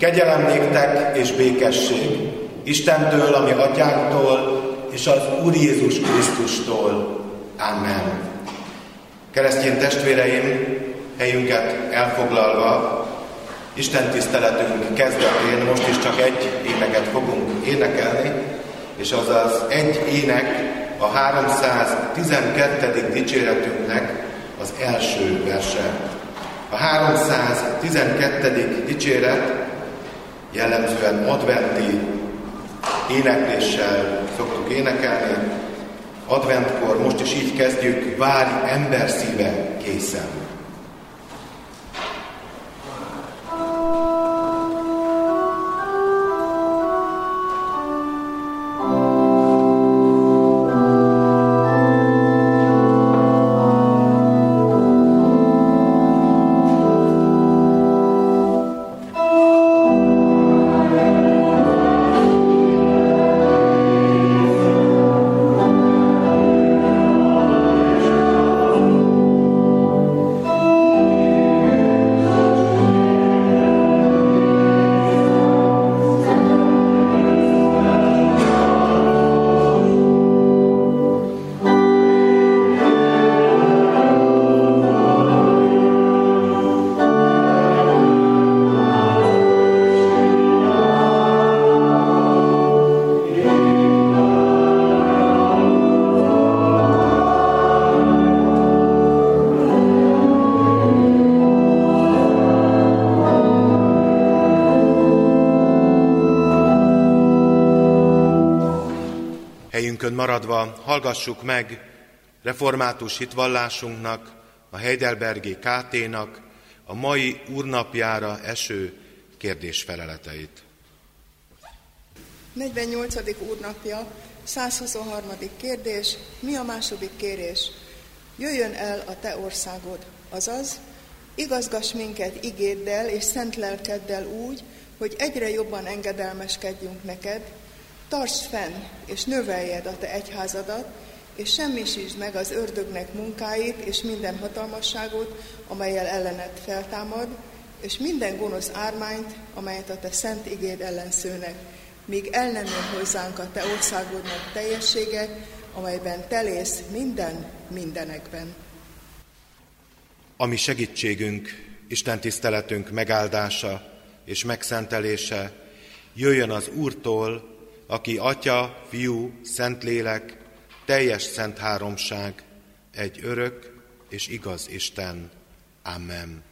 Kegyelem néktek és békesség Istentől, ami Atyánktól, és az Úr Jézus Krisztustól. Amen. Keresztény testvéreim, helyünket elfoglalva, Isten tiszteletünk kezdetén most is csak egy éneket fogunk énekelni, és az az egy ének a 312. dicséretünknek az első verse. A 312. dicséret jellemzően adventi énekléssel szoktuk énekelni. Adventkor most is így kezdjük: várj ember szíve készen. Maradva hallgassuk meg református hitvallásunknak, a Heidelbergi KT-nak a mai úrnapjára eső kérdésfeleleteit. 48. úrnapja, 123. kérdés, mi a második kérés? Jöjjön el a te országod, azaz, igazgass minket igéddel és szent lelkeddel úgy, hogy egyre jobban engedelmeskedjünk neked, tartsd fenn és növeljed a te egyházadat, és semmisítsd meg az ördögnek munkáit és minden hatalmasságot, amellyel ellened feltámad, és minden gonosz ármányt, amelyet a te szent igéd ellen szőnek, míg el nem jön hozzánk a te országodnak teljessége, amelyben telész mindenekben. A mi segítségünk, Isten tiszteletünk megáldása és megszentelése jöjjön az Úrtól, aki Atya, Fiú, Szentlélek, teljes szent háromság, egy örök és igaz Isten. Amen.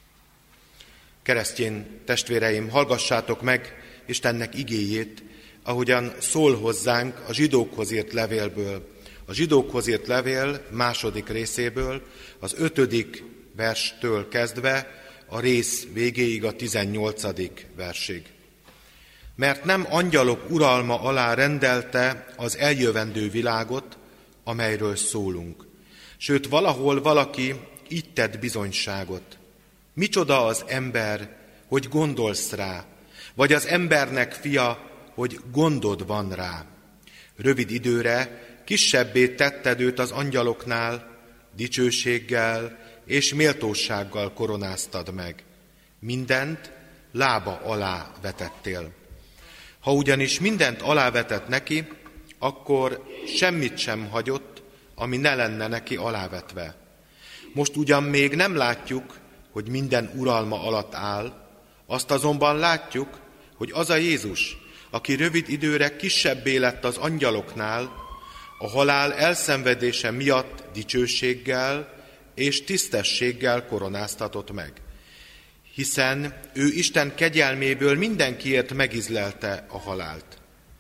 Keresztény testvéreim, hallgassátok meg Istennek igéjét, ahogyan szól hozzánk a zsidókhoz írt levélből. A zsidókhoz írt levél második részéből, az 5. verstől kezdve a rész végéig, a 18. versig. Mert nem angyalok uralma alá rendelte az eljövendő világot, amelyről szólunk. Sőt, valahol valaki így tett bizonyságot. Micsoda az ember, hogy gondolsz rá, vagy az embernek fia, hogy gondod van rá. Rövid időre kisebbé tetted őt az angyaloknál, dicsőséggel és méltósággal koronáztad meg. Mindent lába alá vetettél. Ha ugyanis mindent alávetett neki, akkor semmit sem hagyott, ami ne lenne neki alávetve. Most ugyan még nem látjuk, hogy minden uralma alatt áll, azt azonban látjuk, hogy az a Jézus, aki rövid időre kisebbé lett az angyaloknál, a halál elszenvedése miatt dicsőséggel és tisztességgel koronáztatott meg. Hiszen ő Isten kegyelméből mindenkiért megizlelte a halált.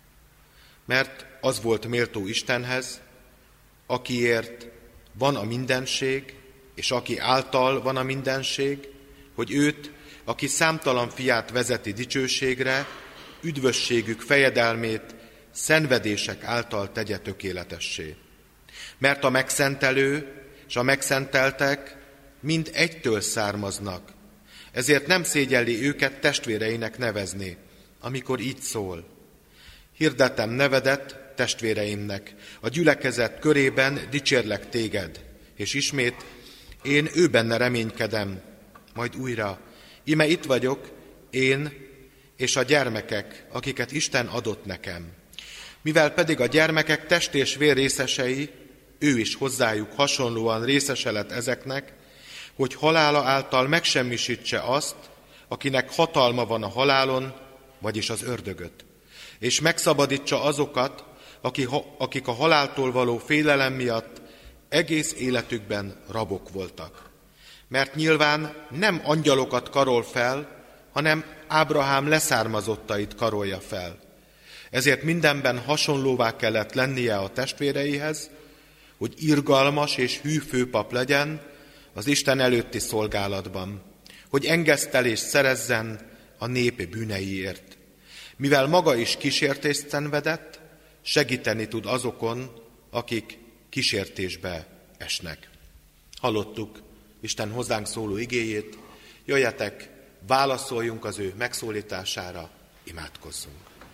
Mert az volt méltó Istenhez, akiért van a mindenség, és aki által van a mindenség, hogy őt, aki számtalan fiát vezeti dicsőségre, üdvösségük fejedelmét szenvedések által tegye tökéletessé. Mert a megszentelő és a megszenteltek mind egytől származnak, ezért nem szégyelli őket testvéreinek nevezni, amikor így szól. Hirdetem nevedet testvéreimnek, a gyülekezet körében dicsérlek téged, és ismét én ő benne reménykedem, majd újra, íme itt vagyok, én és a gyermekek, akiket Isten adott nekem. Mivel pedig a gyermekek test és vér részesei, ő is hozzájuk hasonlóan részese lett ezeknek, hogy halála által megsemmisítse azt, akinek hatalma van a halálon, vagyis az ördögöt, és megszabadítsa azokat, akik a haláltól való félelem miatt egész életükben rabok voltak. Mert nyilván nem angyalokat karol fel, hanem Ábrahám leszármazottait karolja fel. Ezért mindenben hasonlóvá kellett lennie a testvéreihez, hogy irgalmas és hű főpap legyen az Isten előtti szolgálatban, hogy engesztelést szerezzen a nép bűneiért. Mivel maga is kísértést szenvedett, segíteni tud azokon, akik kísértésbe esnek. Hallottuk Isten hozzánk szóló igéjét, jöjjetek, válaszoljunk az ő megszólítására, imádkozzunk.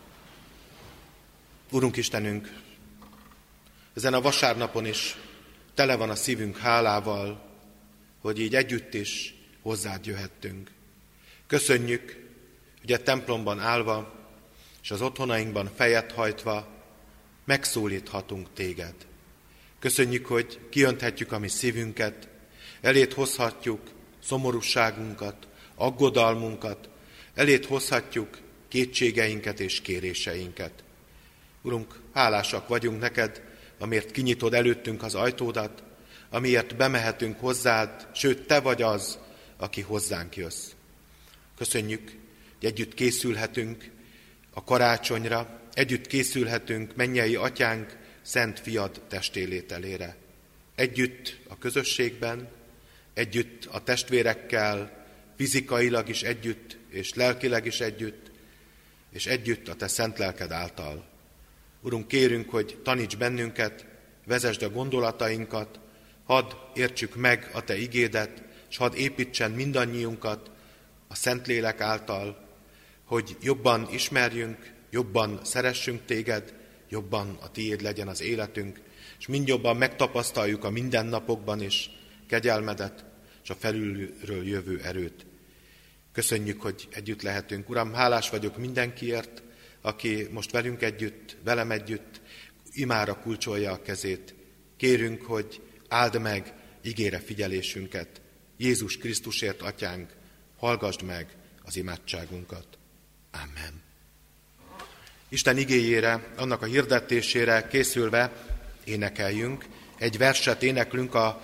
Urunk Istenünk, ezen a vasárnapon is tele van a szívünk hálával, hogy így együtt is hozzád jöhettünk. Köszönjük, hogy a templomban állva és az otthonainkban fejet hajtva megszólíthatunk téged. Köszönjük, hogy kiönthetjük a mi szívünket, elét hozhatjuk szomorúságunkat, aggodalmunkat, elét hozhatjuk kétségeinket és kéréseinket. Urunk, hálásak vagyunk neked, amiért kinyitod előttünk az ajtódat, amiért bemehetünk hozzád, sőt, te vagy az, aki hozzánk jössz. Köszönjük, hogy együtt készülhetünk a karácsonyra, együtt készülhetünk mennyei atyánk, szent fiad testélételére. Együtt a közösségben, együtt a testvérekkel, fizikailag is együtt, és lelkileg is együtt, és együtt a te szent lelked által. Urunk, kérünk, hogy taníts bennünket, vezesd a gondolatainkat, hadd értsük meg a te igédet, és hadd építsen mindannyiunkat a Szentlélek által, hogy jobban ismerjünk, jobban szeressünk téged, jobban a tiéd legyen az életünk, és mind jobban megtapasztaljuk a mindennapokban is kegyelmedet, és a felülről jövő erőt. Köszönjük, hogy együtt lehetünk. Uram, hálás vagyok mindenkiért, aki most velünk együtt, velem együtt imára kulcsolja a kezét. Kérünk, hogy áld meg igére figyelésünket. Jézus Krisztusért, Atyánk, hallgasd meg az imádságunkat. Amen. Isten igéjére, annak a hirdetésére készülve énekeljünk. Egy verset éneklünk a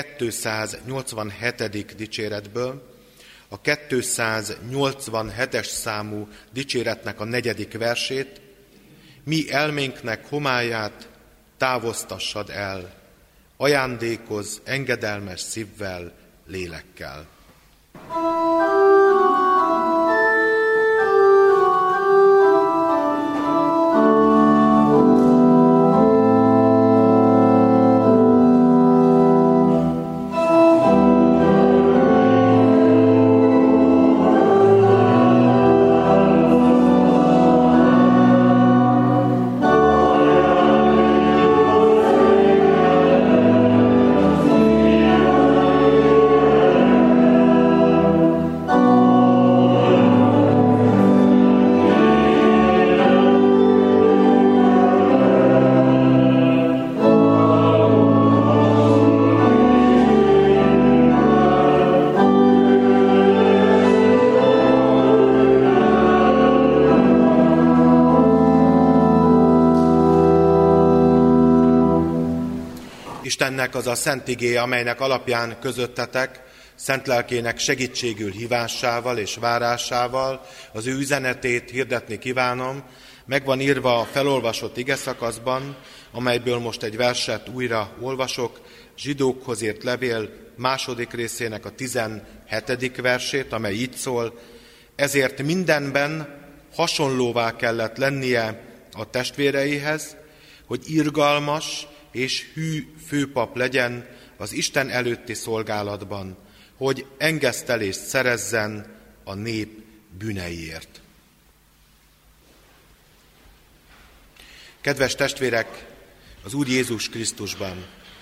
287. dicséretből. A 287-es számú dicséretnek a 4. versét. Mi elménknek homályát távoztassad el, ajándékozz engedelmes szívvel, lélekkel. Istennek az a szent igéje, amelynek alapján közöttetek, szent lelkének segítségül hívásával és várásával az ő üzenetét hirdetni kívánom, meg van írva a felolvasott igeszakaszban, amelyből most egy verset újra olvasok, Zsidókhoz írt levél 2. részének a 17. versét, amely így szól: ezért mindenben hasonlóvá kellett lennie a testvéreihez, hogy irgalmas és hű főpap legyen az Isten előtti szolgálatban, hogy engesztelést szerezzen a nép bűneiért. Kedves testvérek, az Úr Jézus Krisztusban,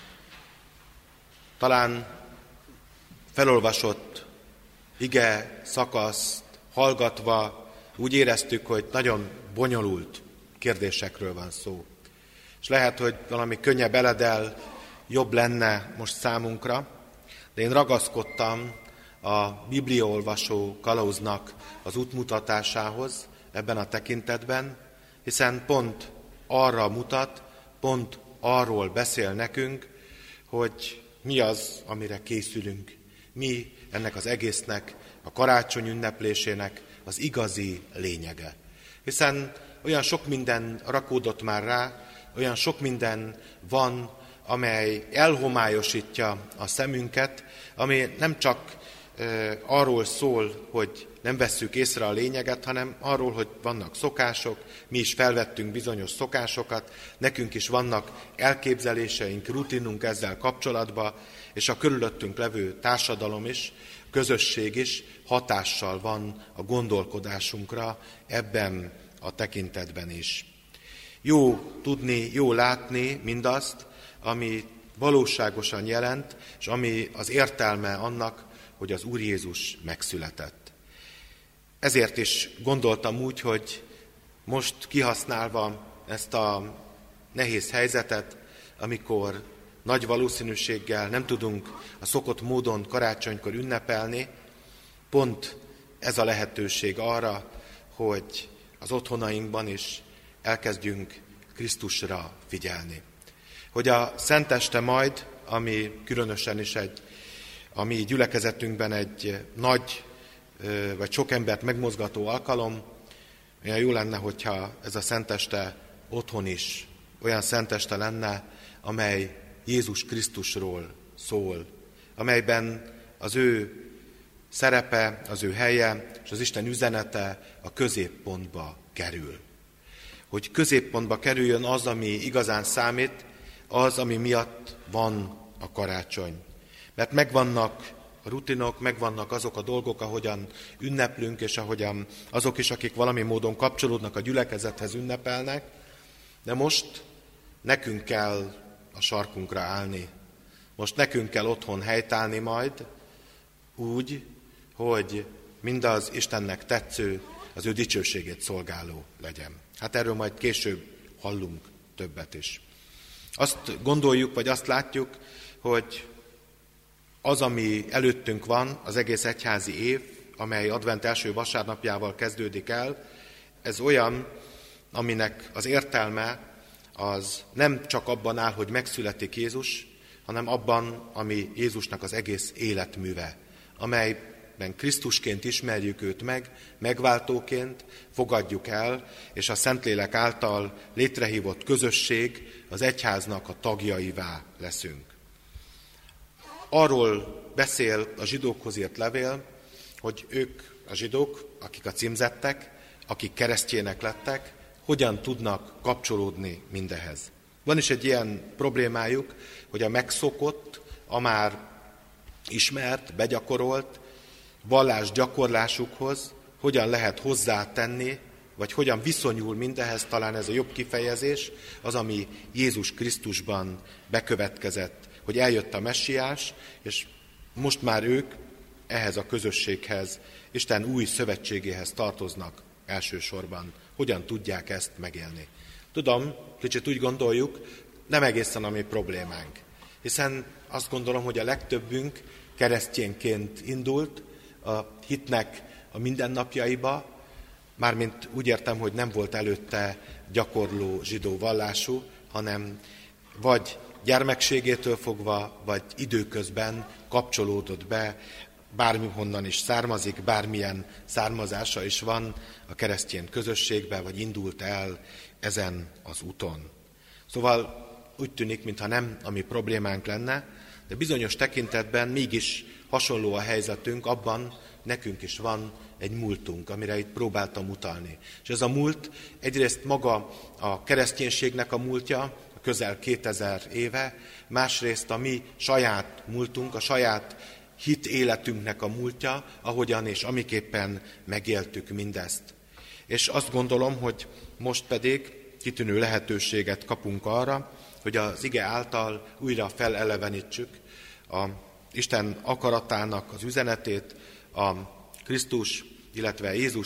talán felolvasott ige szakaszt hallgatva Úgy éreztük, hogy nagyon bonyolult kérdésekről van szó. És lehet, hogy valami könnyebb eledel jobb lenne most számunkra, de én ragaszkodtam a bibliaolvasó kalauznak az útmutatásához ebben a tekintetben, hiszen pont arra mutat, pont arról beszél nekünk, hogy mi az, amire készülünk. Mi ennek az egésznek, a karácsony ünneplésének az igazi lényege. Hiszen olyan sok minden rakódott már rá, olyan sok minden van, amely elhomályosítja a szemünket, ami nem csak arról szól, hogy nem vesszük észre a lényeget, hanem arról, hogy vannak szokások, mi is felvettünk bizonyos szokásokat, nekünk is vannak elképzeléseink, rutinunk ezzel kapcsolatban, és a körülöttünk levő társadalom is, közösség is hatással van a gondolkodásunkra ebben a tekintetben is. Jó tudni, jó látni mindazt, ami valóságosan jelent, és ami az értelme annak, hogy az Úr Jézus megszületett. Ezért is gondoltam úgy, hogy most kihasználva ezt a nehéz helyzetet, amikor nagy valószínűséggel nem tudunk a szokott módon karácsonykor ünnepelni, pont ez a lehetőség arra, hogy az otthonainkban is elkezdjünk Krisztusra figyelni. Hogy a Szenteste majd, ami különösen is a mi gyülekezetünkben egy nagy, vagy sok embert megmozgató alkalom, olyan jó lenne, hogyha ez a Szenteste otthon is olyan Szenteste lenne, amely Jézus Krisztusról szól, amelyben az ő szerepe, az ő helye és az Isten üzenete a középpontba kerül. Hogy középpontba kerüljön az, ami igazán számít, az, ami miatt van a karácsony. Mert megvannak a rutinok, megvannak azok a dolgok, ahogyan ünneplünk, és ahogyan azok is, akik valami módon kapcsolódnak a gyülekezethez, ünnepelnek, de most nekünk kell a sarkunkra állni. Most nekünk kell otthon helytállni majd úgy, hogy mindaz Istennek tetsző, az ő dicsőségét szolgáló legyen. Hát erről majd később hallunk többet is. Azt gondoljuk, vagy azt látjuk, hogy az, ami előttünk van, az egész egyházi év, amely advent első vasárnapjával kezdődik el, ez olyan, aminek az értelme az nem csak abban áll, hogy megszületik Jézus, hanem abban, ami Jézusnak az egész életműve, amelyben Krisztusként ismerjük őt meg, megváltóként fogadjuk el, és a Szentlélek által létrehívott közösség, az egyháznak a tagjaivá leszünk. Arról beszél a zsidókhoz írt levél, hogy ők, a zsidók, akik a címzettek, akik keresztjének lettek, hogyan tudnak kapcsolódni mindehez. Van is egy ilyen problémájuk, hogy a megszokott, a már ismert, begyakorolt vallás gyakorlásukhoz hogyan lehet hozzátenni, vagy hogyan viszonyul mindehez, talán ez a jobb kifejezés, az, ami Jézus Krisztusban bekövetkezett, hogy eljött a Messiás, és most már ők ehhez a közösséghez, Isten új szövetségéhez tartoznak elsősorban. Hogyan tudják ezt megélni? Tudom, kicsit úgy gondoljuk, nem egészen a mi problémánk. Hiszen azt gondolom, hogy a legtöbbünk keresztényként indult a hitnek a mindennapjaiba, mármint úgy értem, hogy nem volt előtte gyakorló zsidó vallású, hanem vagy gyermekségétől fogva, vagy időközben kapcsolódott be, bármihonnan is származik, bármilyen származása is van a keresztény közösségbe, vagy indult el ezen az úton. Szóval úgy tűnik, mintha nem a mi problémánk lenne, de bizonyos tekintetben mégis hasonló a helyzetünk, abban nekünk is van egy múltunk, amire itt próbáltam utalni. És ez a múlt egyrészt maga a kereszténységnek a múltja, közel 2000 éve, másrészt a mi saját múltunk, a saját hit életünknek a múltja, ahogyan és amiképpen megéltük mindezt. És azt gondolom, hogy most pedig kitűnő lehetőséget kapunk arra, hogy az ige által újra felelevenítsük a Isten akaratának az üzenetét, a Krisztus, illetve Jézus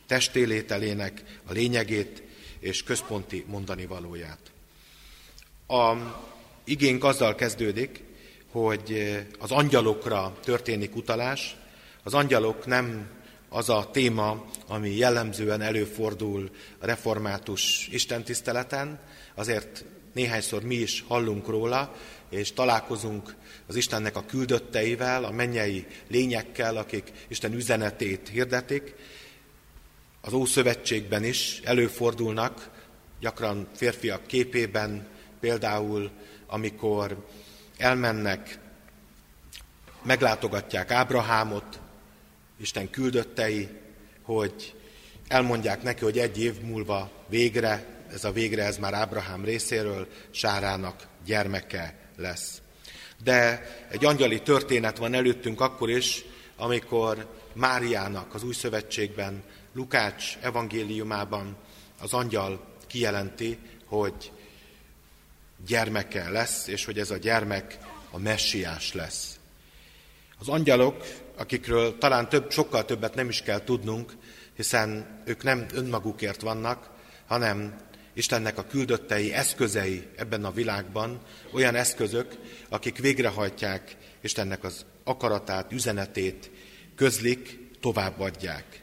testélételének a lényegét és központi mondani valóját. A igénk azzal kezdődik, hogy az angyalokra történik utalás. Az angyalok nem az a téma, ami jellemzően előfordul a református istentiszteleten, azért néhányszor mi is hallunk róla, és találkozunk az Istennek a küldötteivel, a mennyei lényekkel, akik Isten üzenetét hirdetik. Az Ószövetségben is előfordulnak, gyakran férfiak képében, például amikor elmennek, meglátogatják Ábrahámot, Isten küldöttei, hogy elmondják neki, hogy 1 év múlva végre ez már Ábrahám részéről, Sárának gyermeke lesz. De egy angyali történet van előttünk akkor is, amikor Máriának az Új Szövetségben, Lukács evangéliumában az angyal kijelenti, hogy gyermeke lesz, és hogy ez a gyermek a messiás lesz. Az angyalok, akikről talán sokkal többet nem is kell tudnunk, hiszen ők nem önmagukért vannak, hanem Istennek a küldöttei, eszközei ebben a világban, olyan eszközök, akik végrehajtják Istennek az akaratát, üzenetét, közlik, továbbadják.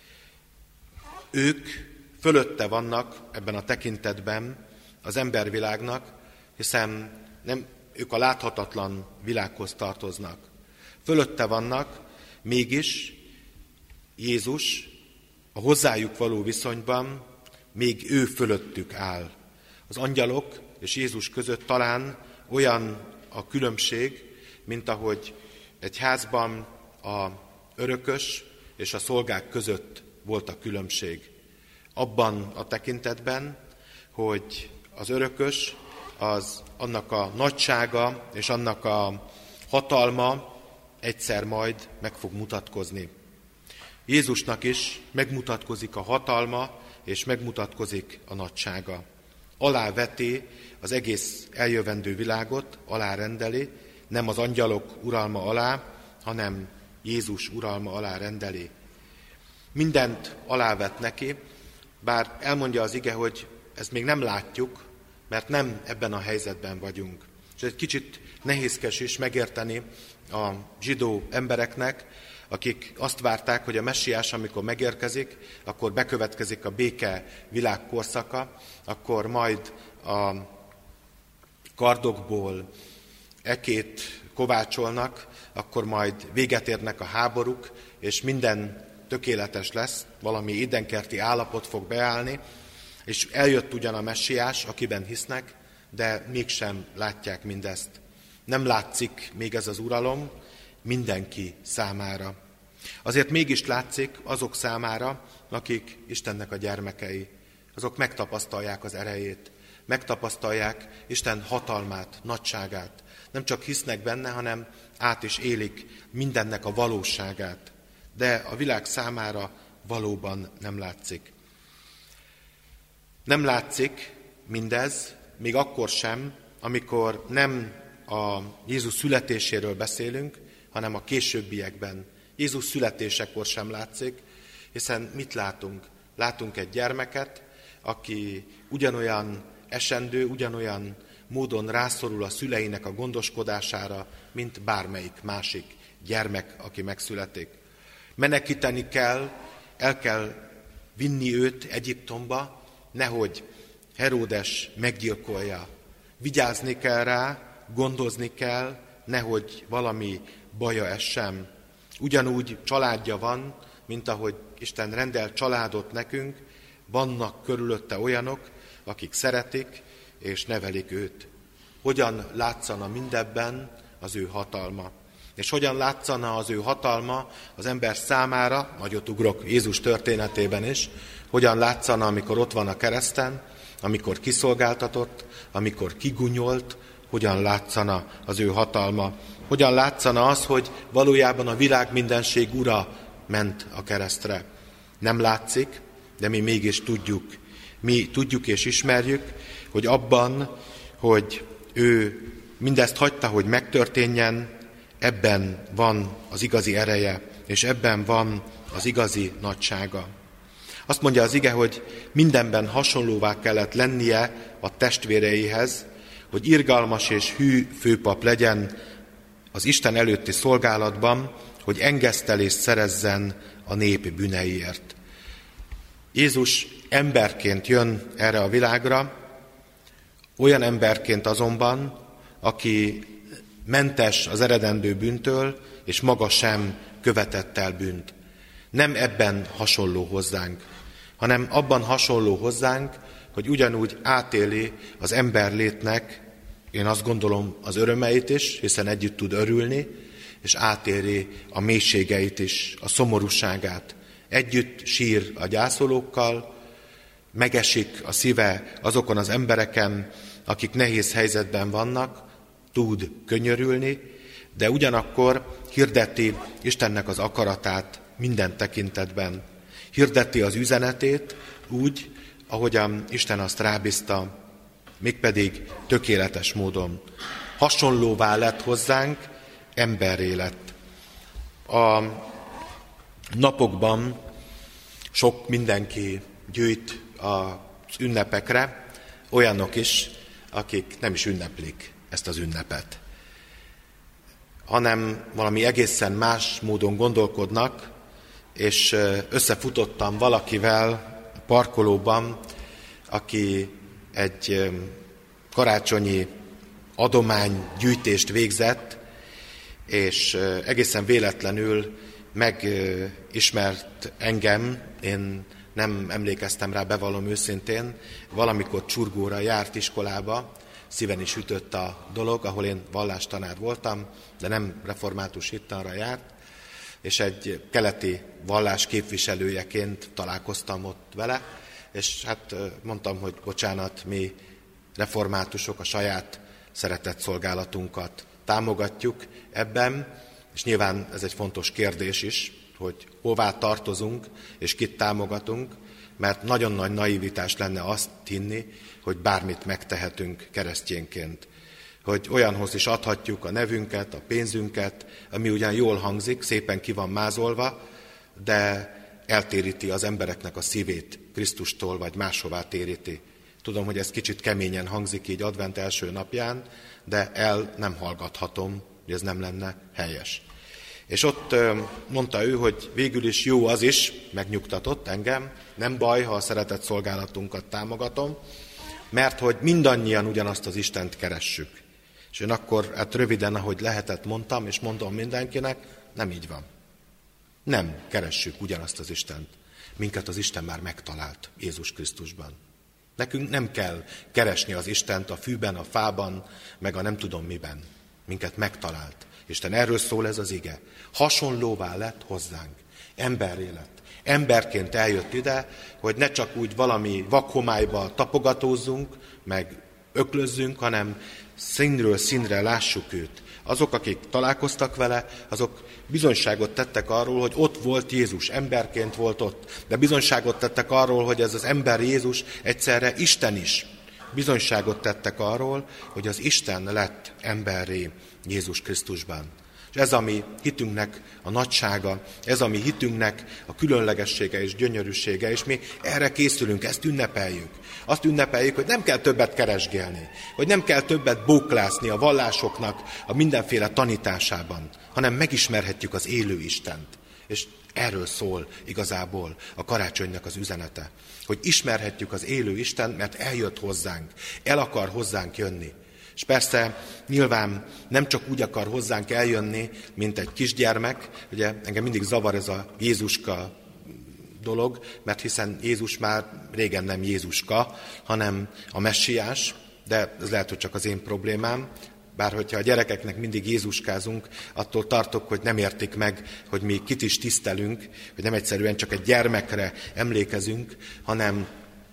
Ők fölötte vannak ebben a tekintetben az embervilágnak, hiszen ők a láthatatlan világhoz tartoznak. Fölötte vannak, mégis Jézus a hozzájuk való viszonyban még ő fölöttük áll. Az angyalok és Jézus között talán olyan a különbség, mint ahogy egy házban a örökös és a szolgák között volt a különbség. Abban a tekintetben, hogy az örökös, annak a nagysága és annak a hatalma egyszer majd meg fog mutatkozni. Jézusnak is megmutatkozik a hatalma, és megmutatkozik a nagysága. Aláveti az egész eljövendő világot, alárendeli, nem az angyalok uralma alá, hanem Jézus uralma alá rendeli. Mindent alávet neki, bár elmondja az ige, hogy ezt még nem látjuk, mert nem ebben a helyzetben vagyunk. És egy kicsit nehézkes is megérteni a zsidó embereknek, akik azt várták, hogy a messiás, amikor megérkezik, akkor bekövetkezik a béke világkorszaka, akkor majd a kardokból ekét kovácsolnak, akkor majd véget érnek a háborúk, és minden tökéletes lesz, valami édenkerti állapot fog beállni, és eljött ugyan a messiás, akiben hisznek, de mégsem látják mindezt. Nem látszik még ez az uralom mindenki számára. Azért mégis látszik azok számára, akik Istennek a gyermekei. Azok megtapasztalják az erejét, megtapasztalják Isten hatalmát, nagyságát. Nem csak hisznek benne, hanem át is élik mindennek a valóságát. De a világ számára valóban nem látszik. Nem látszik mindez, még akkor sem, amikor nem a Jézus születéséről beszélünk, hanem a későbbiekben. Jézus születésekor sem látszik, hiszen mit látunk? Látunk egy gyermeket, aki ugyanolyan esendő, ugyanolyan módon rászorul a szüleinek a gondoskodására, mint bármelyik másik gyermek, aki megszületik. Menekíteni kell, el kell vinni őt Egyiptomba, nehogy Heródes meggyilkolja. Vigyázni kell rá, gondozni kell, nehogy valami baja essen. Ugyanúgy családja van, mint ahogy Isten rendel családot nekünk, vannak körülötte olyanok, akik szeretik és nevelik őt. Hogyan látszana mindebben az ő hatalma? És hogyan látszana az ő hatalma az ember számára, nagyot ugrok Jézus történetében is, hogyan látszana, amikor ott van a kereszten, amikor kiszolgáltatott, amikor kigunyolt, hogyan látszana az ő hatalma, hogyan látszana az, hogy valójában a világ mindenség ura ment a keresztre. Nem látszik, de mi mégis tudjuk. Mi tudjuk és ismerjük, hogy abban, hogy ő mindezt hagyta, hogy megtörténjen, ebben van az igazi ereje, és ebben van az igazi nagysága. Azt mondja az ige, hogy mindenben hasonlóvá kellett lennie a testvéreihez, hogy irgalmas és hű főpap legyen az Isten előtti szolgálatban, hogy engesztelést szerezzen a nép bűneiért. Jézus emberként jön erre a világra, olyan emberként azonban, aki mentes az eredendő bűntől, és maga sem követett el bűnt. Nem ebben hasonló hozzánk, hanem abban hasonló hozzánk, hogy ugyanúgy átéli az emberlétnek, én azt gondolom, az örömeit is, hiszen együtt tud örülni, és átéli a mélységeit is, a szomorúságát. Együtt sír a gyászolókkal, megesik a szíve azokon az embereken, akik nehéz helyzetben vannak, tud könyörülni, de ugyanakkor hirdeti Istennek az akaratát minden tekintetben. Hirdeti az üzenetét úgy, ahogyan Isten azt rábízta, mégpedig tökéletes módon. Hasonlóvá lett hozzánk, emberré lett. A napokban sok mindenki gyűjt az ünnepekre, olyanok is, akik nem is ünneplik ezt az ünnepet, hanem valami egészen más módon gondolkodnak, és összefutottam valakivel a parkolóban, aki egy karácsonyi adománygyűjtést végzett, és egészen véletlenül megismert engem, én nem emlékeztem rá, bevallom őszintén, valamikor Csurgóra járt iskolába, szíven is ütött a dolog, ahol én vallástanár voltam, de nem református hittanra járt, és egy keleti vallás képviselőjeként találkoztam ott vele, és hát mondtam, hogy bocsánat, mi reformátusok a saját szeretett szolgálatunkat támogatjuk ebben, és nyilván ez egy fontos kérdés is, hogy hová tartozunk, és kit támogatunk, mert nagyon nagy naivitás lenne azt hinni, hogy bármit megtehetünk keresztényként. Hogy olyanhoz is adhatjuk a nevünket, a pénzünket, ami ugyan jól hangzik, szépen ki van mázolva, de eltéríti az embereknek a szívét Krisztustól, vagy máshová téríti. Tudom, hogy ez kicsit keményen hangzik így advent első napján, de el nem hallgathatom, hogy ez nem lenne helyes. És ott mondta ő, hogy végül is jó az is, megnyugtatott engem, nem baj, ha a szeretett szolgálatunkat támogatom, mert hogy mindannyian ugyanazt az Istent keressük. És én akkor hát röviden, ahogy lehetett mondtam, és mondom mindenkinek, nem így van. Nem keressük ugyanazt az Istent. Minket az Isten már megtalált Jézus Krisztusban. Nekünk nem kell keresni az Istent a fűben, a fában, meg a nem tudom miben. Minket megtalált. Isten erről szól ez az ige. Hasonlóvá lett hozzánk. Emberré lett. Emberként eljött ide, hogy ne csak úgy valami vakhomályba tapogatózzunk, meg öklözzünk, hanem színről színre lássuk őt. Azok, akik találkoztak vele, azok bizonyságot tettek arról, hogy ott volt Jézus, emberként volt ott, de bizonyságot tettek arról, hogy ez az ember Jézus egyszerre Isten is. Bizonyságot tettek arról, hogy az Isten lett emberré Jézus Krisztusban. És ez a mi hitünknek a nagysága, ez a mi hitünknek a különlegessége és gyönyörűsége, és mi erre készülünk, ezt ünnepeljük. Azt ünnepeljük, hogy nem kell többet keresgélni, hogy nem kell többet bóklászni a vallásoknak a mindenféle tanításában, hanem megismerhetjük az élő Istent. És erről szól igazából a karácsonynak az üzenete, hogy ismerhetjük az élő Istent, mert eljött hozzánk, el akar hozzánk jönni. És persze nyilván nem csak úgy akar hozzánk eljönni, mint egy kisgyermek, ugye engem mindig zavar ez a Jézuska dolog, mert hiszen Jézus már régen nem Jézuska, hanem a messiás, de ez lehet, hogy csak az én problémám, bár hogyha a gyerekeknek mindig Jézuskázunk, attól tartok, hogy nem értik meg, hogy mi kit is tisztelünk, hogy nem egyszerűen csak egy gyermekre emlékezünk, hanem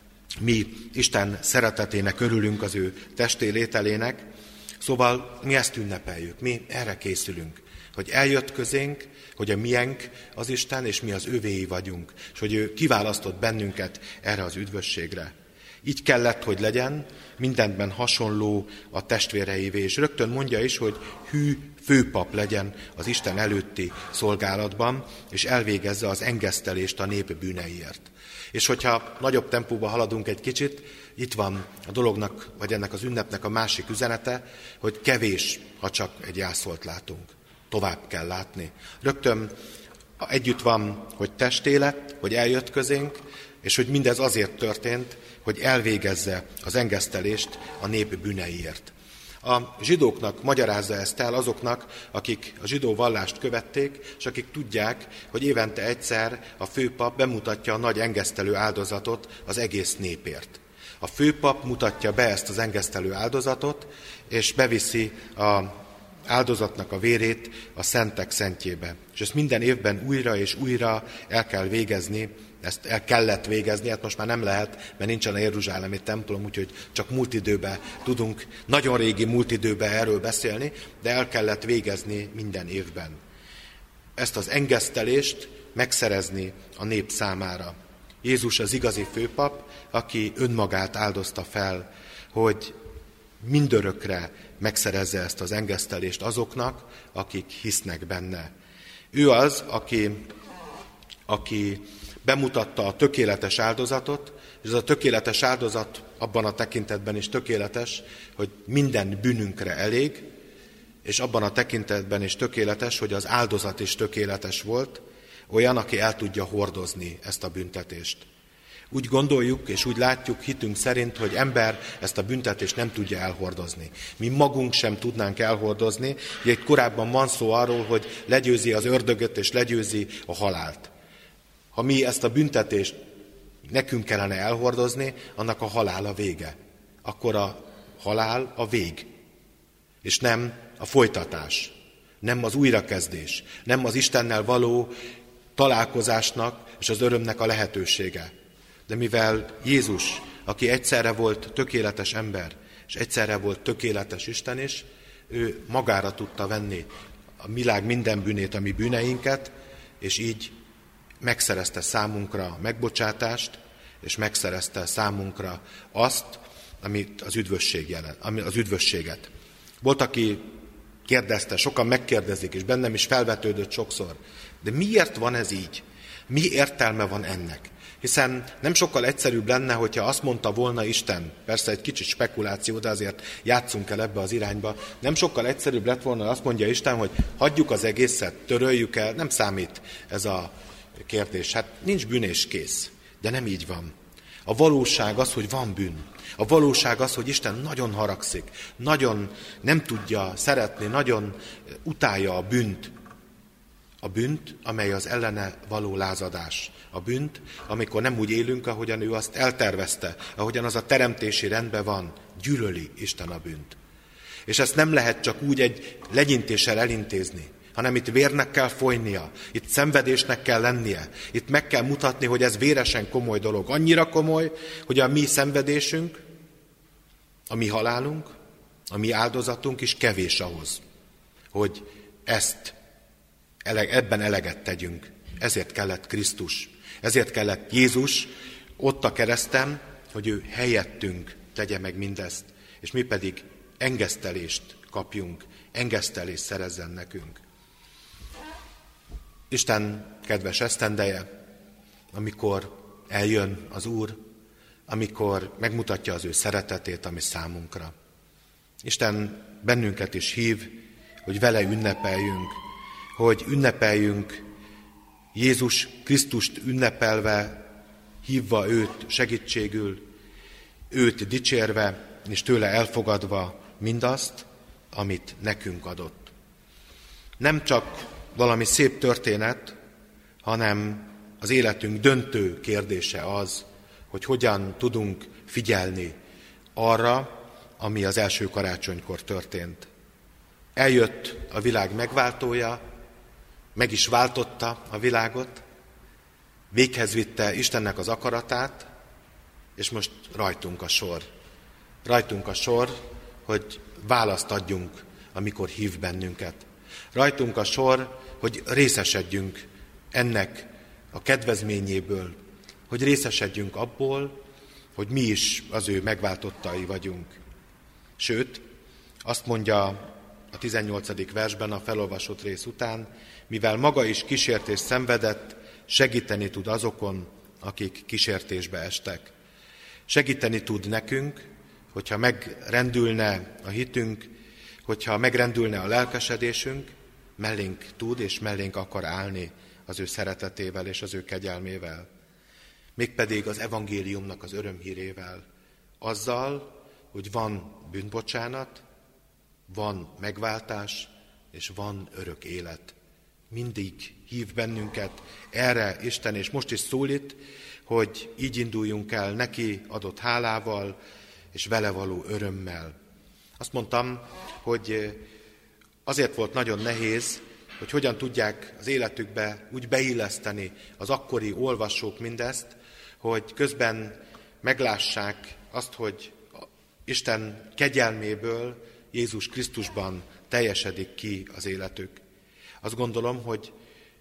mi Isten szeretetének örülünk, az ő testé lételének. Szóval mi ezt ünnepeljük, mi erre készülünk, hogy eljött közénk, hogy a miénk az Isten, és mi az övéi vagyunk, és hogy ő kiválasztott bennünket erre az üdvösségre. Így kellett, hogy legyen, mindenben hasonló a testvéreivé, és rögtön mondja is, hogy hű főpap legyen az Isten előtti szolgálatban, és elvégezze az engesztelést a nép bűneiért. És hogyha nagyobb tempóba haladunk egy kicsit, itt van a dolognak, vagy ennek az ünnepnek a másik üzenete, hogy kevés, ha csak egy jászollt látunk. Tovább kell látni. Rögtön együtt van, hogy testélet, hogy eljött közénk, és hogy mindez azért történt, hogy elvégezze az engesztelést a nép bűneiért. A zsidóknak magyarázza ezt el azoknak, akik a zsidó vallást követték, és akik tudják, hogy évente egyszer a főpap bemutatja a nagy engesztelő áldozatot az egész népért. A főpap mutatja be ezt az engesztelő áldozatot, és beviszi az áldozatnak a vérét a szentek szentjébe. És ezt minden évben újra és újra el kell végezni, ezt el kellett végezni, hát most már nem lehet, mert nincsen a jeruzsálemi templom, úgyhogy csak múlt időben tudunk, nagyon régi múlt időben erről beszélni, de el kellett végezni minden évben. Ezt az engesztelést megszerezni a nép számára. Jézus az igazi főpap, aki önmagát áldozta fel, hogy mindörökre megszerezze ezt az engesztelést azoknak, akik hisznek benne. Ő az, aki bemutatta a tökéletes áldozatot, és ez a tökéletes áldozat abban a tekintetben is tökéletes, hogy minden bűnünkre elég, és abban a tekintetben is tökéletes, hogy az áldozat is tökéletes volt, olyan, aki el tudja hordozni ezt a büntetést. Úgy gondoljuk és úgy látjuk hitünk szerint, hogy ember ezt a büntetést nem tudja elhordozni. Mi magunk sem tudnánk elhordozni. Ugye itt korábban van szó arról, hogy legyőzi az ördögöt és legyőzi a halált. Ha mi ezt a büntetést nekünk kellene elhordozni, annak a halál a vége. Akkor a halál a vég, és nem a folytatás, nem az újrakezdés, nem az Istennel való találkozásnak és az örömnek a lehetősége. De mivel Jézus, aki egyszerre volt tökéletes ember, és egyszerre volt tökéletes Isten is, ő magára tudta venni a világ minden bűnét, a mi bűneinket, és így megszerezte számunkra megbocsátást, és megszerezte számunkra azt, amit az üdvösséget. Volt, aki kérdezte, sokan megkérdezik, és bennem is felvetődött sokszor, de miért van ez így? Mi értelme van ennek? Hiszen nem sokkal egyszerűbb lenne, hogyha azt mondta volna Isten, persze egy kicsit spekuláció, de azért játsszunk el ebbe az irányba, nem sokkal egyszerűbb lett volna, azt mondja Isten, hogy hagyjuk az egészet, töröljük el, nem számít ez a kérdés. Hát nincs bűn és kész, de nem így van. A valóság az, hogy van bűn. A valóság az, hogy Isten nagyon haragszik, nagyon nem tudja szeretni, nagyon utálja a bűnt. A bűnt, amely az ellene való lázadás. A bűnt, amikor nem úgy élünk, ahogyan ő azt eltervezte, ahogyan az a teremtési rendben van. Gyűlöli Isten a bűnt. És ezt nem lehet csak úgy egy legyintéssel elintézni, hanem itt vérnek kell folynia, itt szenvedésnek kell lennie, itt meg kell mutatni, hogy ez véresen komoly dolog. Annyira komoly, hogy a mi szenvedésünk, a mi halálunk, a mi áldozatunk is kevés ahhoz, hogy ebben eleget tegyünk. Ezért kellett Krisztus, ezért kellett Jézus ott a kereszten, hogy ő helyettünk tegye meg mindezt, és mi pedig engesztelést kapjunk, engesztelést szerezzen nekünk. Isten kedves esztendeje, amikor eljön az Úr, amikor megmutatja az ő szeretetét, ami számunkra. Isten bennünket is hív, hogy vele ünnepeljünk, Jézus Krisztust ünnepelve, hívva őt segítségül, őt dicsérve, és tőle elfogadva mindazt, amit nekünk adott. Nem csak valami szép történet, hanem az életünk döntő kérdése az, hogy hogyan tudunk figyelni arra, ami az első karácsonykor történt. Eljött a világ megváltója, meg is váltotta a világot, véghez vitte Istennek az akaratát, és most rajtunk a sor. Rajtunk a sor, hogy választ adjunk, amikor hív bennünket. Rajtunk a sor, hogy részesedjünk ennek a kedvezményéből, hogy részesedjünk abból, hogy mi is az ő megváltottai vagyunk. Sőt, azt mondja a 18. versben a felolvasott rész után, mivel maga is kísértést szenvedett, segíteni tud azokon, akik kísértésbe estek. Segíteni tud nekünk, hogyha megrendülne a hitünk, hogyha megrendülne a lelkesedésünk, mellénk tud és mellénk akar állni az ő szeretetével és az ő kegyelmével. Mégpedig az evangéliumnak az örömhírével, azzal, hogy van bűnbocsánat, van megváltás, és van örök élet. Mindig hív bennünket erre Isten, és most is szólít, hogy így induljunk el neki adott hálával, és vele való örömmel. Azt mondtam, hogy azért volt nagyon nehéz, hogy hogyan tudják az életükbe úgy beilleszteni az akkori olvasók mindezt, hogy közben meglássák azt, hogy Isten kegyelméből Jézus Krisztusban teljesedik ki az életük. Azt gondolom, hogy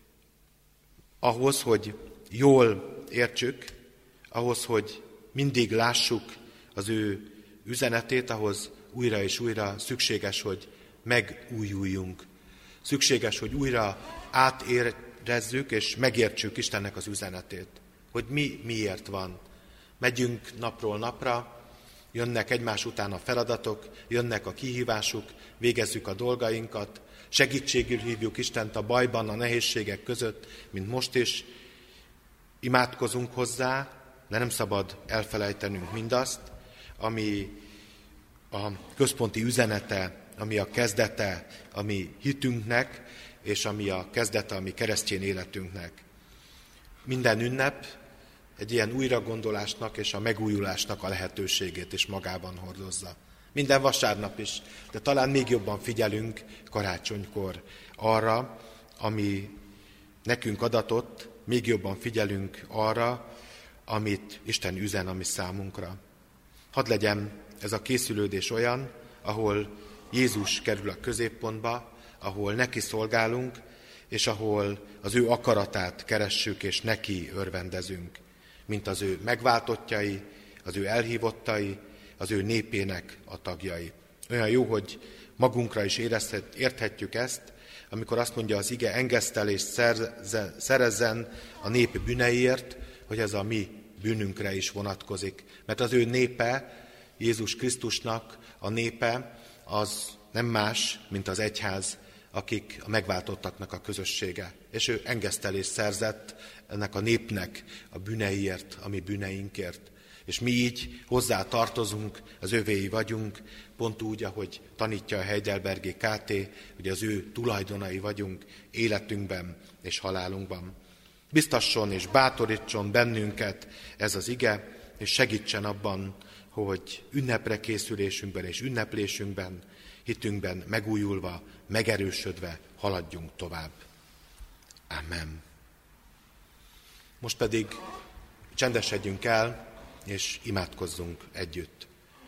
ahhoz, hogy jól értsük, ahhoz, hogy mindig lássuk az ő üzenetét, ahhoz újra és újra szükséges, hogy megújuljunk. Szükséges, hogy újra átérezzük és megértsük Istennek az üzenetét. Hogy mi miért van. Megyünk napról napra, jönnek egymás után a feladatok, jönnek a kihívások, végezzük a dolgainkat, segítségül hívjuk Istent a bajban, a nehézségek között, mint most is. Imádkozunk hozzá, de nem szabad elfelejtenünk mindazt, ami a központi üzenete, ami a kezdete a mi hitünknek, és ami a kezdete a mi keresztény életünknek. Minden ünnep egy ilyen újragondolásnak és a megújulásnak a lehetőségét is magában hordozza. Minden vasárnap is, de talán még jobban figyelünk karácsonykor arra, ami nekünk adatott, még jobban figyelünk arra, amit Isten üzen a mi számunkra. Hadd legyen ez a készülődés olyan, ahol Jézus kerül a középpontba, ahol neki szolgálunk, és ahol az ő akaratát keressük, és neki örvendezünk, mint az ő megváltottjai, az ő elhívottai, az ő népének a tagjai. Olyan jó, hogy magunkra is érthetjük ezt, amikor azt mondja az ige, engesztelést szerezzen a nép bűneiért, hogy ez a mi bűnünkre is vonatkozik. Mert az ő népe, Jézus Krisztusnak a népe, az nem más, mint az egyház, akik a megváltottaknak a közössége. És ő engesztelést szerzett ennek a népnek a bűneiért, a mi bűneinkért. És mi így hozzá tartozunk, az övéi vagyunk, pont úgy, ahogy tanítja a Heidelbergi KT, hogy az ő tulajdonai vagyunk életünkben és halálunkban. Biztasson és bátorítson bennünket ez az ige, és segítsen abban, hogy ünnepre készülésünkben és ünneplésünkben, hitünkben megújulva, megerősödve haladjunk tovább. Amen. Most pedig csendesedjünk el, és imádkozzunk együtt.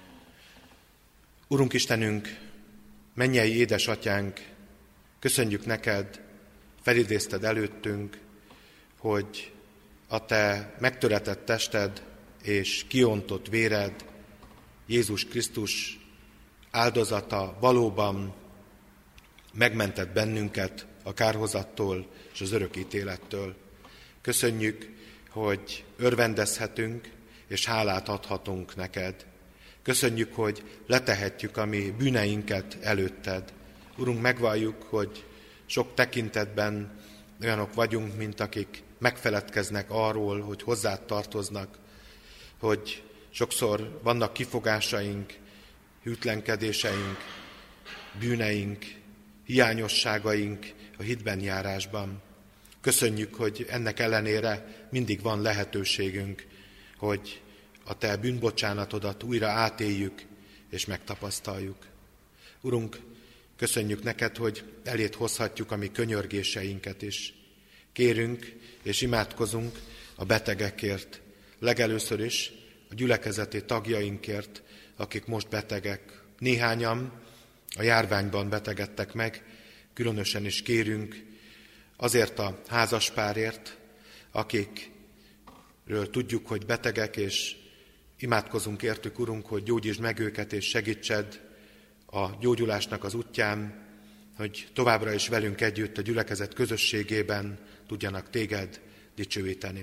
Urunk Istenünk, mennyei édesatyánk, köszönjük neked, felidézted előttünk, hogy a te megtöretett tested és kiontott véred, Jézus Krisztus áldozata valóban megmentett bennünket a kárhozattól és az örök ítélettől. Köszönjük, hogy örvendezhetünk és hálát adhatunk neked. Köszönjük, hogy letehetjük a mi bűneinket előtted. Urunk, megvalljuk, hogy sok tekintetben olyanok vagyunk, mint akik megfeledkeznek arról, hogy hozzád tartoznak, hogy sokszor vannak kifogásaink, hűtlenkedéseink, bűneink, hiányosságaink a hitben járásban. Köszönjük, hogy ennek ellenére mindig van lehetőségünk, hogy a te bűnbocsánatodat újra átéljük és megtapasztaljuk. Urunk, köszönjük neked, hogy eléd hozhatjuk a mi könyörgéseinket is. Kérünk és imádkozunk a betegekért, legelőször is a gyülekezeti tagjainkért, akik most betegek. Néhányan a járványban betegedtek meg, különösen is kérünk azért a házaspárért, akikről tudjuk, hogy betegek, és imádkozunk értük, Urunk, hogy gyógyítsd meg őket, és segítsed a gyógyulásnak az útján, hogy továbbra is velünk együtt a gyülekezet közösségében tudjanak téged dicsőíteni.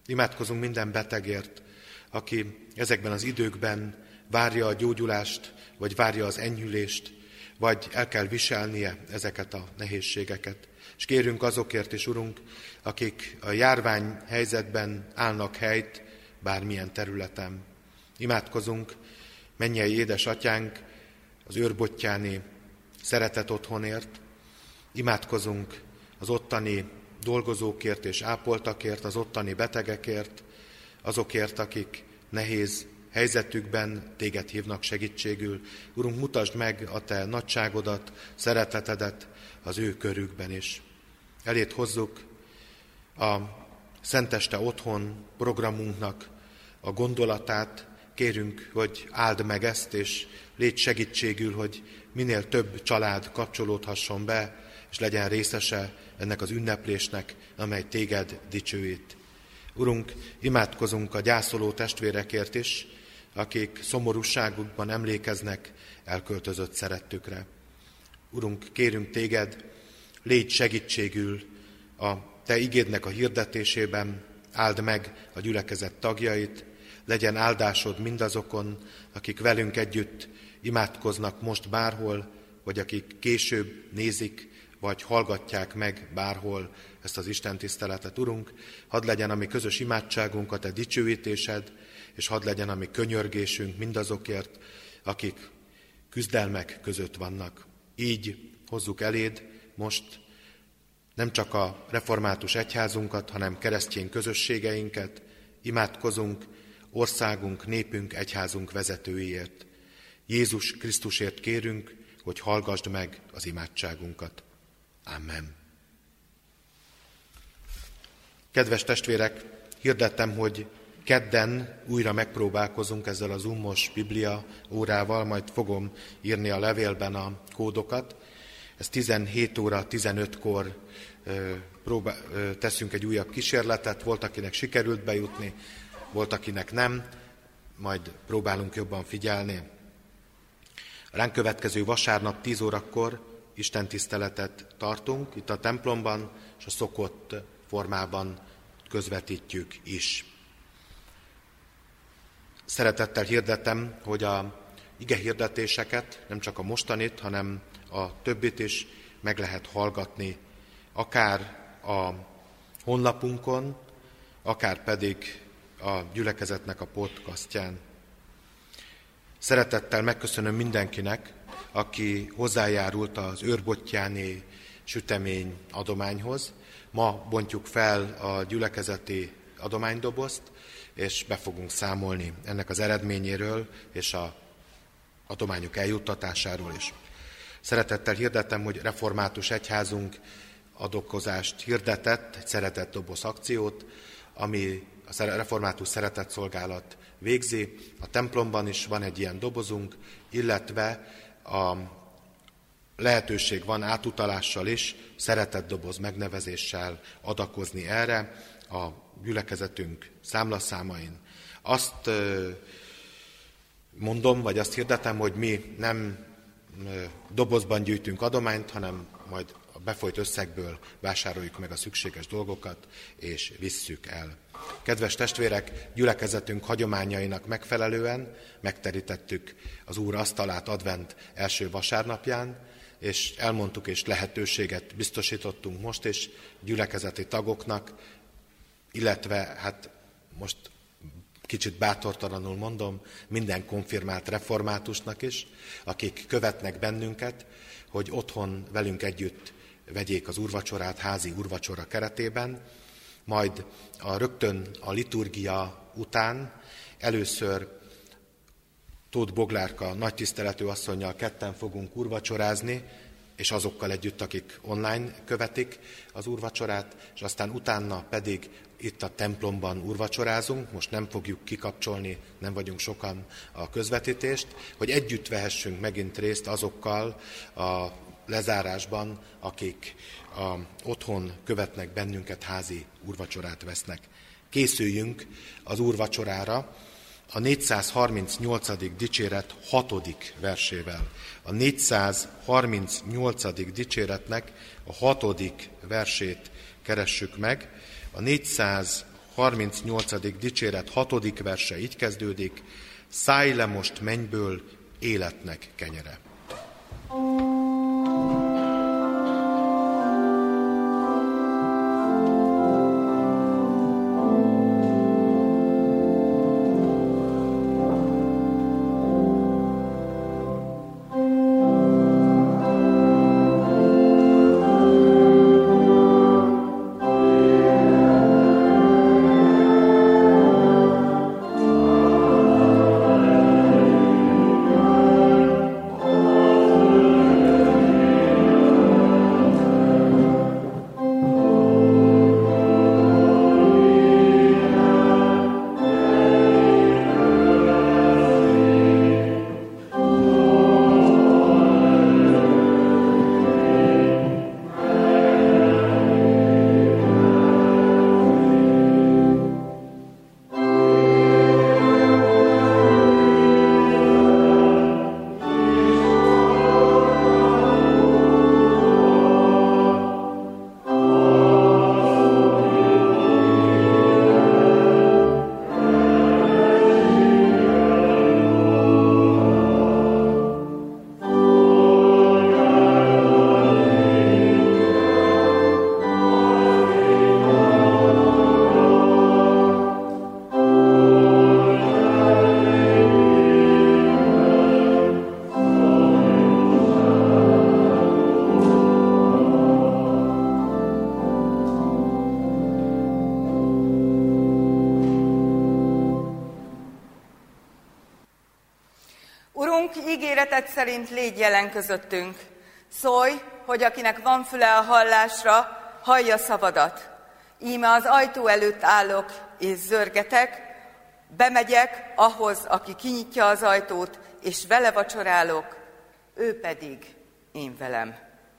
Imádkozunk minden betegért, aki ezekben az időkben várja a gyógyulást, vagy várja az enyhülést, vagy el kell viselnie ezeket a nehézségeket. És kérünk azokért is, Urunk, akik a járvány helyzetben állnak helyt bármilyen területen. Imádkozunk, mennyei édesatyánk, az őrbottyáni szeretett otthonért. Imádkozunk az ottani dolgozókért és ápoltakért, az ottani betegekért, azokért, akik nehéz helyzetükben téged hívnak segítségül. Urunk, mutasd meg a te nagyságodat, szeretetedet az ő körükben is. Eléd hozzuk a Szenteste Otthon programunknak a gondolatát, kérünk, hogy áld meg ezt, és légy segítségül, hogy minél több család kapcsolódhasson be, és legyen részese ennek az ünneplésnek, amely téged dicsőít. Urunk, imádkozunk a gyászoló testvérekért is, akik szomorúságukban emlékeznek elköltözött szerettükre. Urunk, kérünk téged, légy segítségül a te igédnek a hirdetésében, áld meg a gyülekezet tagjait, legyen áldásod mindazokon, akik velünk együtt imádkoznak most bárhol, vagy akik később nézik, vagy hallgatják meg bárhol ezt az istentiszteletet. Urunk, hadd legyen a mi közös imádságunk a te dicsőítésed, és hadd legyen a mi könyörgésünk mindazokért, akik küzdelmek között vannak. Így hozzuk eléd most nem csak a református egyházunkat, hanem keresztény közösségeinket, imádkozunk országunk, népünk, egyházunk vezetőiért. Jézus Krisztusért kérünk, hogy hallgasd meg az imádságunkat. Amen. Kedves testvérek, hirdettem, hogy kedden újra megpróbálkozunk ezzel az Zoom-os Biblia órával, majd fogom írni a levélben a kódokat. Ez 17 óra 15-kor teszünk egy újabb kísérletet, volt, akinek sikerült bejutni, volt, akinek nem, majd próbálunk jobban figyelni. A ránk következő vasárnap 10 órakor istentiszteletet tartunk itt a templomban, és a szokott formában közvetítjük is. Szeretettel hirdetem, hogy a igehirdetéseket, nem csak a mostanit, hanem a többit is meg lehet hallgatni, akár a honlapunkon, akár pedig a gyülekezetnek a podcastján. Szeretettel megköszönöm mindenkinek, aki hozzájárult az őrbottyáni sütemény adományhoz. Ma bontjuk fel a gyülekezeti adománydobozt, és be fogunk számolni ennek az eredményéről és az adományok eljuttatásáról is. Szeretettel hirdetem, hogy református egyházunk adokozást hirdetett, egy szeretetdoboz akciót, ami a református szeretetszolgálat végzi. A templomban is van egy ilyen dobozunk, illetve a lehetőség van átutalással is, szeretetdoboz megnevezéssel adakozni erre a gyülekezetünk számlaszámain. Azt mondom, vagy azt hirdetem, hogy mi nem dobozban gyűjtünk adományt, hanem majd a befolyt összegből vásároljuk meg a szükséges dolgokat, és visszük el. Kedves testvérek, gyülekezetünk hagyományainak megfelelően megterítettük az Úr asztalát advent első vasárnapján, és elmondtuk, és lehetőséget biztosítottunk most is gyülekezeti tagoknak, illetve hát most kicsit bátortalanul mondom, minden konfirmált reformátusnak is, akik követnek bennünket, hogy otthon velünk együtt vegyék az úrvacsorát házi úrvacsora keretében, majd rögtön a liturgia után először Tóth Boglárka nagytiszteletű asszonnyal ketten fogunk úrvacsorázni, és azokkal együtt, akik online követik az úrvacsorát, és aztán utána pedig itt a templomban úrvacsorázunk, most nem fogjuk kikapcsolni, nem vagyunk sokan a közvetítést, hogy együtt vehessünk megint részt azokkal a lezárásban, akik otthon követnek bennünket, házi úrvacsorát vesznek. Készüljünk az úrvacsorára a 438. dicséret 6. versével. A 438. dicséretnek a 6. versét keressük meg. A 438. 38. dicséret 6. verse így kezdődik: szállj le most mennyből, életnek kenyere. Ígéreted szerint légy jelen közöttünk. Szólj, hogy akinek van füle a hallásra, hallja szavadat. Íme az ajtó előtt állok és zörgetek, bemegyek ahhoz, aki kinyitja az ajtót, és vele vacsorálok, ő pedig én velem.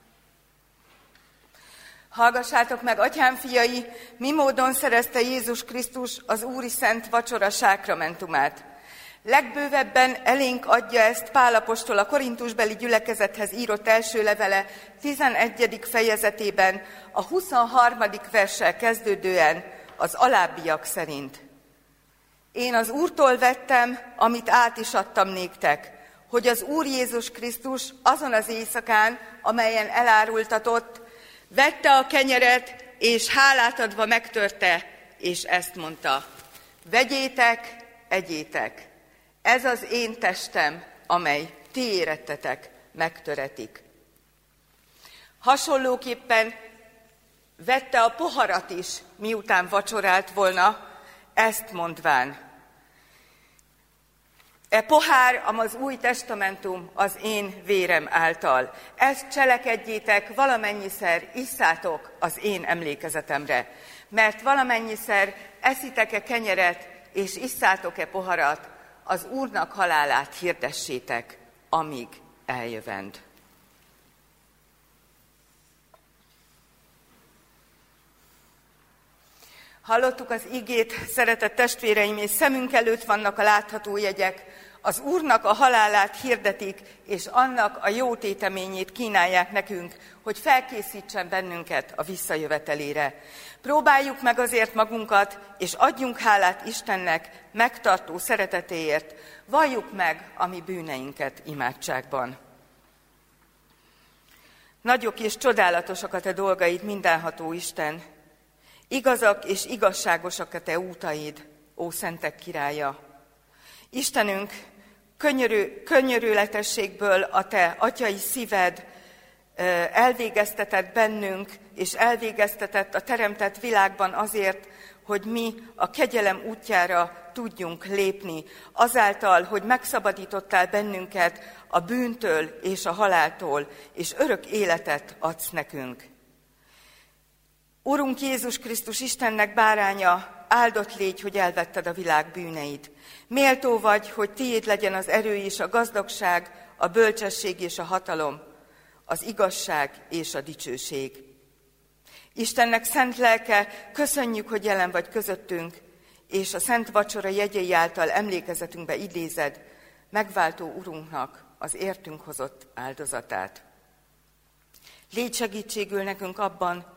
Hallgassátok meg, atyám fiai, mi módon szerezte Jézus Krisztus az Úri Szent Vacsora sákramentumát. Legbővebben elénk adja ezt Pál apostol a korintusbeli gyülekezethez írott első levele 11. fejezetében, a 23. verssel kezdődően az alábbiak szerint. Én az Úrtól vettem, amit át is adtam néktek, hogy az Úr Jézus Krisztus azon az éjszakán, amelyen elárultatott, vette a kenyeret, és hálát adva megtörte, és ezt mondta: vegyétek, egyétek, ez az én testem, amely ti érettetek, megtöretik. Hasonlóképpen vette a poharat is, miután vacsorált volna, ezt mondván: e pohár, az új testamentum az én vérem által. Ezt cselekedjétek, valamennyiszer isszátok az én emlékezetemre. Mert valamennyiszer eszitek-e kenyeret, és isszátok-e poharat, az Úrnak halálát hirdessétek, amíg eljövend. Hallottuk az igét, szeretett testvéreim, és szemünk előtt vannak a látható jegyek. Az Úrnak a halálát hirdetik, és annak a jó téteményét kínálják nekünk, hogy felkészítsen bennünket a visszajövetelére. Próbáljuk meg azért magunkat, és adjunk hálát Istennek megtartó szeretetéért, valljuk meg a mi bűneinket imádságban. Nagyok és csodálatosak a te dolgaid, mindenható Isten. Igazak és igazságosak a te útaid, ó szentek királya. Istenünk, könyörületességből a te atyai szíved elvégeztetett bennünk, és elvégeztetett a teremtett világban azért, hogy mi a kegyelem útjára tudjunk lépni, azáltal, hogy megszabadítottál bennünket a bűntől és a haláltól, és örök életet adsz nekünk. Urunk Jézus Krisztus, Istennek báránya, áldott légy, hogy elvetted a világ bűneit. Méltó vagy, hogy tiéd legyen az erő és a gazdagság, a bölcsesség és a hatalom, az igazság és a dicsőség. Istennek szent lelke, köszönjük, hogy jelen vagy közöttünk, és a szent vacsora jegyei által emlékezetünkbe idézed megváltó Urunknak az értünk hozott áldozatát. Légy segítségül nekünk abban,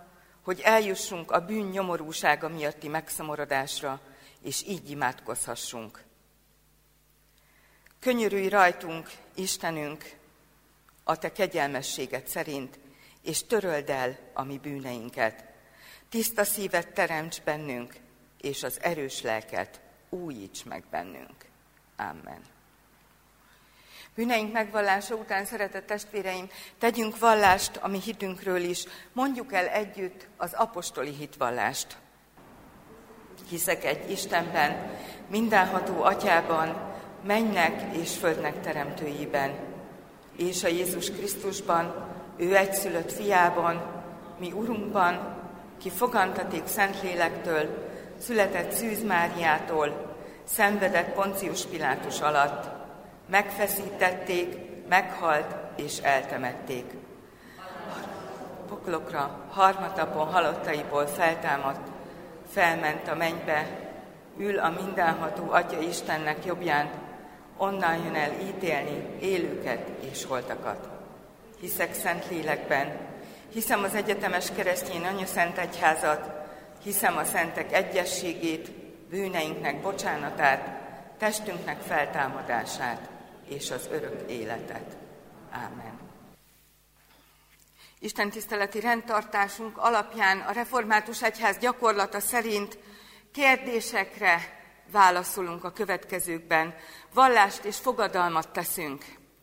hogy eljussunk a bűn nyomorúsága miatti megszomorodásra, és így imádkozhassunk. Könyörülj rajtunk, Istenünk, a te kegyelmességed szerint, és töröld el a mi bűneinket. Tiszta szívet teremts bennünk, és az erős lelket újíts meg bennünk. Amen. Bűneink megvallása után, szeretett testvéreim, tegyünk vallást a mi hitünkről is, mondjuk el együtt az apostoli hitvallást. Hiszek egy Istenben, mindenható Atyában, mennynek és földnek teremtőjében, és a Jézus Krisztusban, ő egyszülött fiában, mi Urunkban, ki fogantaték Szentlélektől, született Szűz Máriától, szenvedett Poncius Pilátus alatt, megfeszítették, meghalt és eltemették. Poklokra harmadnapon halottaiból feltámadt, felment a mennybe, ül a mindenható Atya Istennek jobbján, onnan jön el ítélni élőket és holtakat. Hiszek Szentlélekben, hiszem az egyetemes keresztény anyaszent egyházat, hiszem a szentek egyességét, bűneinknek bocsánatát, testünknek feltámadását és az örök életet. Ámen. Isten tiszteleti rendtartásunk alapján a református egyház gyakorlata szerint kérdésekre válaszolunk a következőkben, vallást és fogadalmat teszünk.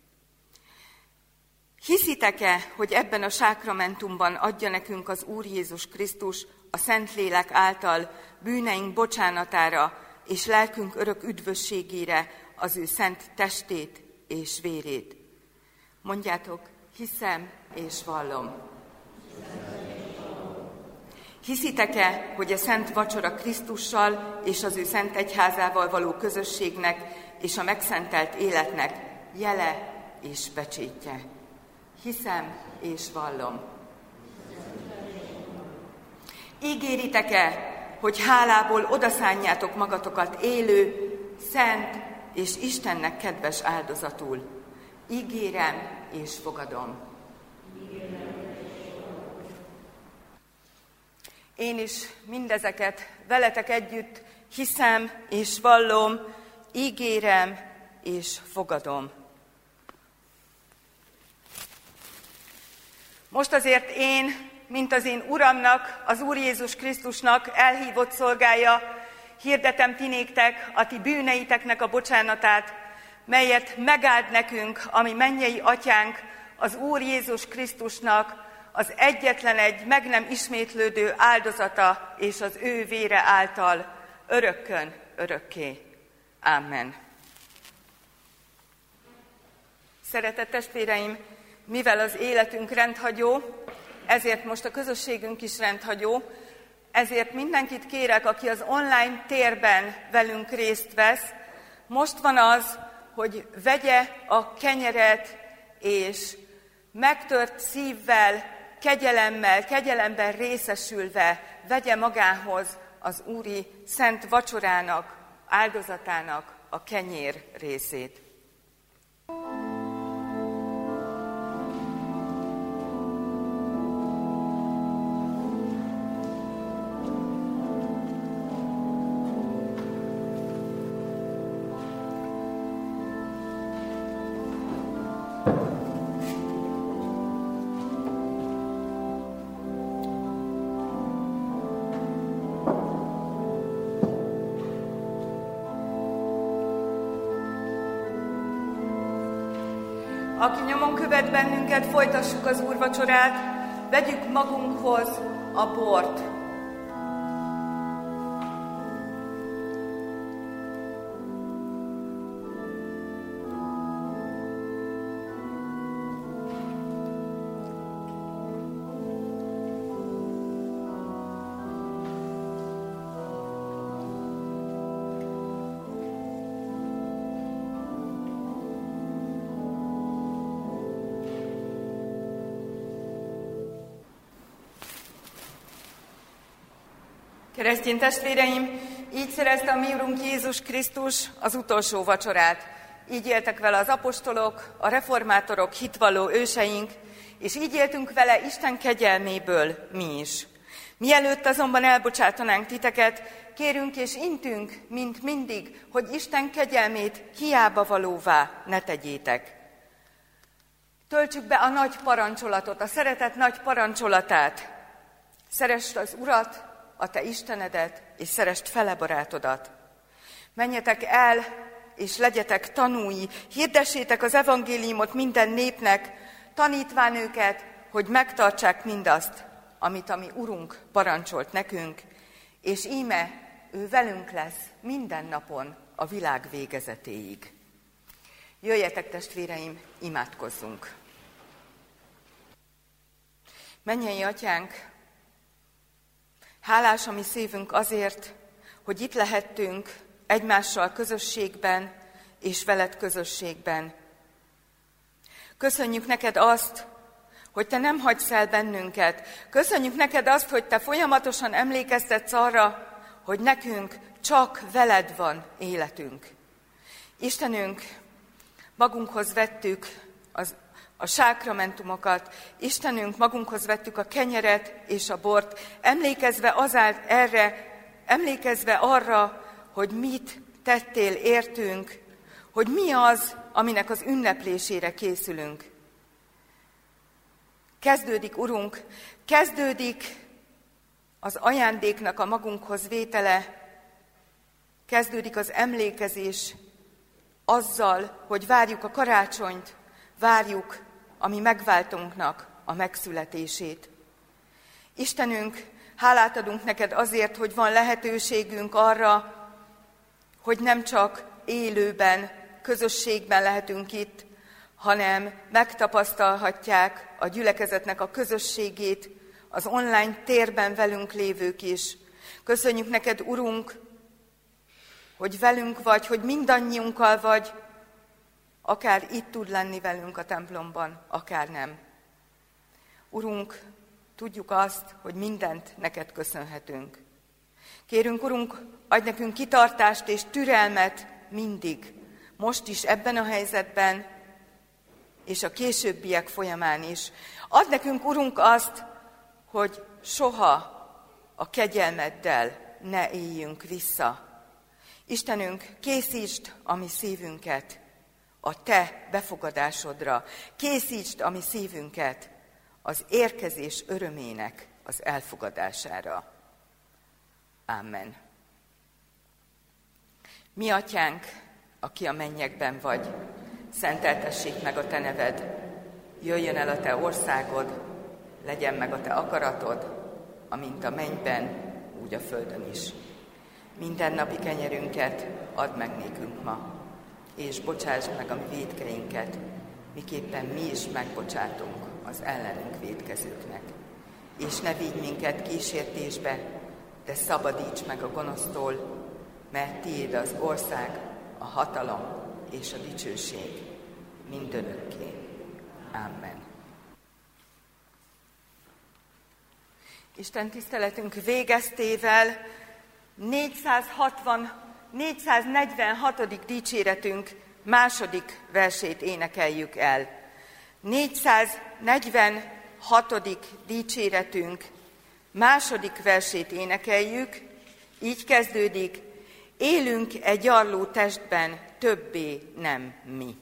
Hiszitek-e, hogy ebben a sákramentumban adja nekünk az Úr Jézus Krisztus a Szentlélek által bűneink bocsánatára és lelkünk örök üdvösségére az ő szent testét és vérét? Mondjátok, hiszem és vallom. Hiszitek-e, hogy a szent vacsora Krisztussal és az ő szent egyházával való közösségnek és a megszentelt életnek jele és pecsétje? Hiszem és vallom. Ígéritek-e, hogy hálából odaszánjátok magatokat élő, szent és Istennek kedves áldozatul? Ígérem és fogadom. Én is mindezeket veletek együtt hiszem és vallom, ígérem és fogadom. Most azért én, mint az én Uramnak, az Úr Jézus Krisztusnak elhívott szolgája, hirdetem ti néktek a ti bűneiteknek a bocsánatát, melyet megáld nekünk a mi mennyei Atyánk, az Úr Jézus Krisztusnak, az egyetlen egy meg nem ismétlődő áldozata és az ő vére által, örökkön örökké. Amen. Szeretett testvéreim, mivel az életünk rendhagyó, ezért most a közösségünk is rendhagyó, ezért mindenkit kérek, aki az online térben velünk részt vesz, most van az, hogy vegye a kenyeret, és megtört szívvel, kegyelemmel, kegyelemben részesülve vegye magához az úri szent vacsorának, áldozatának a kenyér részét. Aki nyomon követ bennünket, folytassuk az úrvacsorát, vegyük magunkhoz a bort. Keresztény testvéreim, így szerezte a mi Urunk Jézus Krisztus az utolsó vacsorát. Így éltek vele az apostolok, a reformátorok, hitvalló őseink, és így éltünk vele Isten kegyelméből mi is. Mielőtt azonban elbocsátanánk titeket, kérünk és intünk, mint mindig, hogy Isten kegyelmét hiába valóvá ne tegyétek. Töltsük be a nagy parancsolatot, a szeretet nagy parancsolatát. Szeresd az Urat, a te Istenedet, és szeresd fele barátodat. Menjetek el, és legyetek tanúi, hirdessétek az evangéliumot minden népnek, tanítván őket, hogy megtartsák mindazt, amit a mi Urunk parancsolt nekünk, és íme ő velünk lesz minden napon a világ végezetéig. Jöjjetek, testvéreim, imádkozzunk! Mennyei Atyánk, hálás a mi szívünk azért, hogy itt lehettünk egymással közösségben és veled közösségben. Köszönjük neked azt, hogy te nem hagysz el bennünket. Köszönjük neked azt, hogy te folyamatosan emlékeztetsz arra, hogy nekünk csak veled van életünk. Istenünk, magunkhoz vettük a sákramentumokat, Istenünk, magunkhoz vettük a kenyeret és a bort, emlékezve arra, hogy mit tettél értünk, hogy mi az, aminek az ünneplésére készülünk. Kezdődik, Urunk, kezdődik az ajándéknak a magunkhoz vétele, kezdődik az emlékezés azzal, hogy várjuk a karácsonyt, várjuk a mi megváltónknak a megszületését. Istenünk, hálát adunk neked azért, hogy van lehetőségünk arra, hogy nem csak élőben, közösségben lehetünk itt, hanem megtapasztalhatják a gyülekezetnek a közösségét, az online térben velünk lévők is. Köszönjük neked, Urunk, hogy velünk vagy, hogy mindannyiunkkal vagy, akár itt tud lenni velünk a templomban, akár nem. Urunk, tudjuk azt, hogy mindent neked köszönhetünk. Kérünk, Urunk, adj nekünk kitartást és türelmet mindig, most is ebben a helyzetben, és a későbbiek folyamán is. Add nekünk, Urunk, azt, hogy soha a kegyelmeddel ne éljünk vissza. Istenünk, készítsd a mi szívünket a te befogadásodra. Készítsd a mi szívünket az érkezés örömének az elfogadására. Amen. Mi Atyánk, aki a mennyekben vagy, szenteltessék meg a te neved, jöjjön el a te országod, legyen meg a te akaratod, amint a mennyben, úgy a földön is. Mindennapi kenyerünket add meg nékünk ma, és bocsásd meg a mi vétkeinket, miképpen mi is megbocsátunk az ellenünk vétkezőknek. És ne vigy minket kísértésbe, de szabadíts meg a gonosztól, mert tiéd az ország, a hatalom és a dicsőség mindörökké. Amen. Isten tiszteletünk végeztével 446. dicséretünk második versét énekeljük el. 446. dicséretünk második versét énekeljük, így kezdődik: élünk egy gyarló testben, többé nem mi.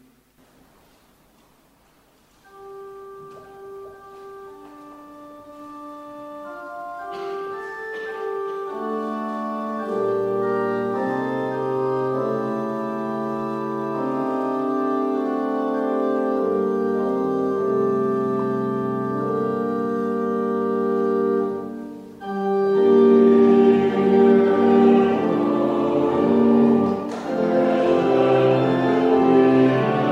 Amen.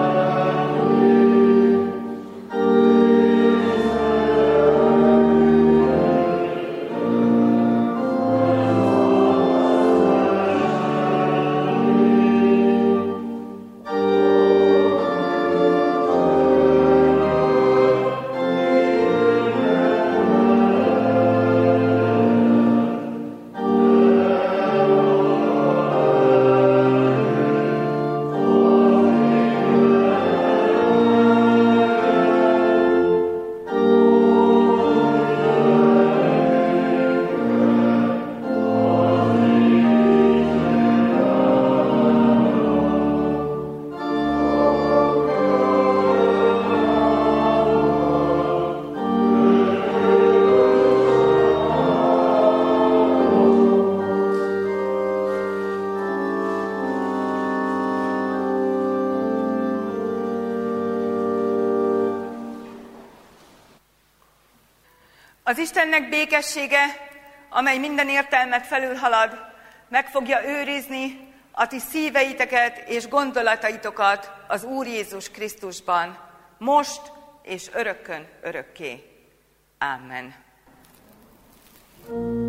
Istennek békessége, amely minden értelmet felülhalad, meg fogja őrizni a ti szíveiteket és gondolataitokat az Úr Jézus Krisztusban, most és örökkön örökké. Amen.